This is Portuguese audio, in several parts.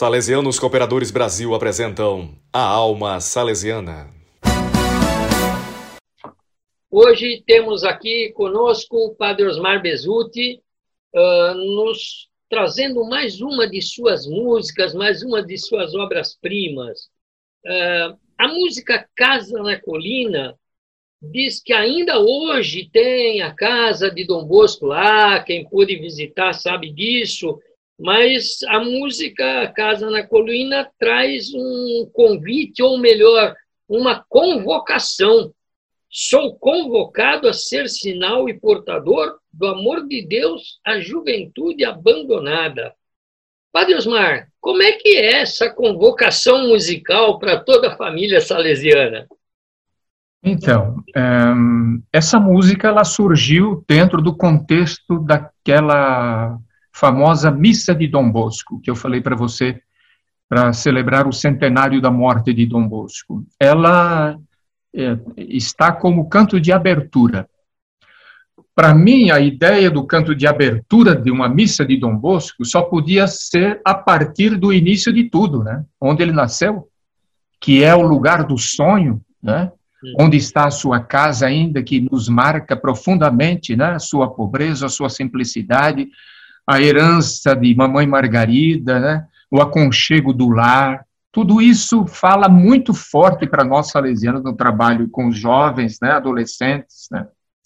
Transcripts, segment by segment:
Salesianos Cooperadores Brasil apresentam A Alma Salesiana. Hoje temos aqui conosco o Padre Osmar Besutti, nos trazendo mais uma de suas músicas, mais uma de suas obras-primas. A música Casa na Colina diz que ainda hoje tem a casa de Dom Bosco lá, quem pôde visitar sabe disso, mas a música Casa na Colina traz um convite, ou melhor, uma convocação. Sou convocado a ser sinal e portador do amor de Deus à juventude abandonada. Padre Osmar, como é que é essa convocação musical para toda a família salesiana? Então, essa música ela surgiu dentro do contexto daquela famosa Missa de Dom Bosco, que eu falei para você, para celebrar o centenário da morte de Dom Bosco. Ela está como canto de abertura. Para mim, a ideia do canto de abertura de uma missa de Dom Bosco só podia ser a partir do início de tudo, né? Onde ele nasceu, que é o lugar do sonho, né? Onde está a sua casa ainda, que nos marca profundamente, né? A sua pobreza, a sua simplicidade, a herança de Mamãe Margarida, né? O aconchego do lar. Tudo isso fala muito forte para nós salesianos no trabalho com os jovens, né, adolescentes, né?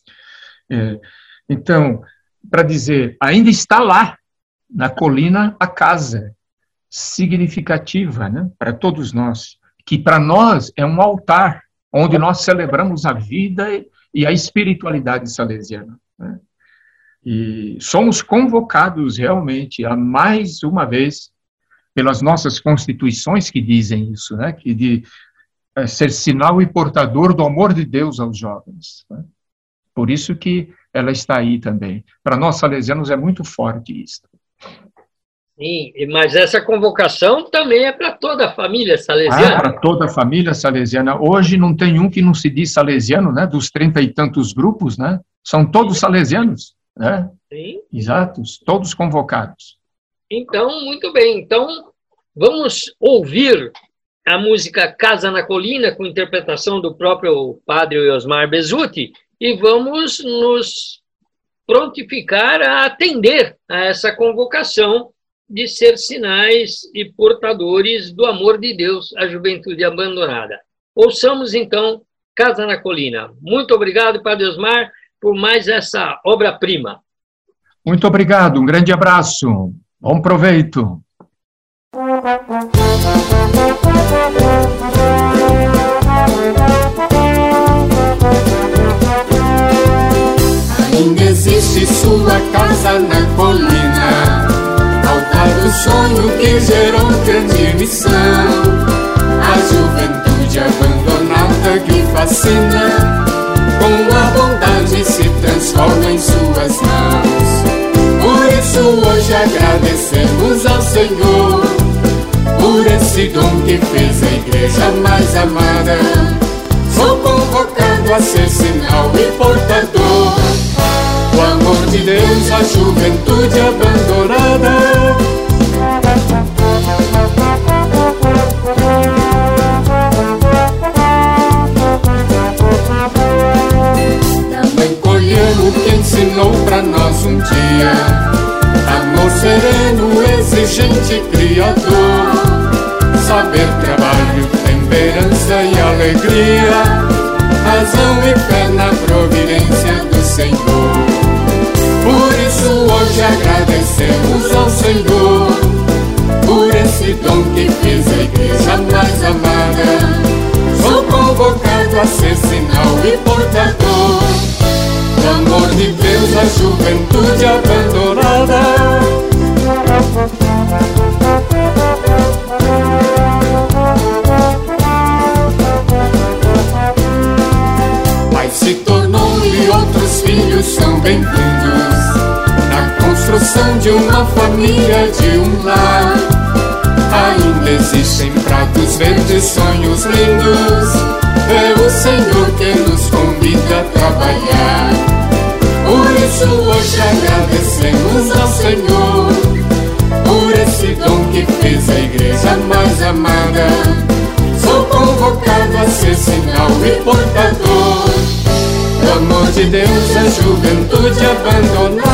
Então, para dizer, ainda está lá, na colina, a casa significativa, né, para todos nós, que para nós é um altar, onde nós celebramos a vida e a espiritualidade salesiana, né? E somos convocados realmente a mais uma vez pelas nossas constituições que dizem isso, né? Que de ser sinal e portador do amor de Deus aos jovens, né? Por isso que ela está aí também. Para nós salesianos é muito forte isso. Sim, mas essa convocação também é para toda a família salesiana. Para toda a família salesiana. Hoje não tem um que não se diz salesiano, né? Dos 30 e tantos grupos, né? São todos salesianos, né? Sim. Exatos, todos convocados. Então, muito bem. Então, vamos ouvir a música Casa na Colina, com interpretação do próprio Padre Osmar Besutti, e vamos nos prontificar a atender a essa convocação de ser sinais e portadores do amor de Deus à juventude abandonada. Ouçamos, então, Casa na Colina. Muito obrigado, Padre Osmar, por mais essa obra-prima. Muito obrigado, um grande abraço. Bom proveito. Ainda existe sua casa na colina, altar do sonho que gerou grande missão. A juventude abandonada que fascina, com a bondade se transforma em suas mãos. Por isso hoje agradecemos ao Senhor, por esse dom que fez a igreja mais amada. Sou convocado a ser sinal e portador do amor de Deus à juventude abandonada. Também colhemos o que ensinou pra nós um dia, amor sereno, exigente, criador, saber, trabalho, temperança e alegria, razão e fé na providência do Senhor. Por isso hoje agradecemos ao Senhor, por esse dom que fez a igreja mais amada. Sou convocado a ser sinal e portador do amor de Deus à juventude abandonada. Pai se tornou e outros filhos são bem-vindos na construção de uma família, de um lar. Ainda existem pratos verdes, sonhos lindos. É o Senhor que nos convida a trabalhar. Por isso hoje agradecemos ao Senhor, por esse esse dom que fez a igreja mais amada. Sou convocado a ser sinal e portador do amor de Deus, a juventude abandonada.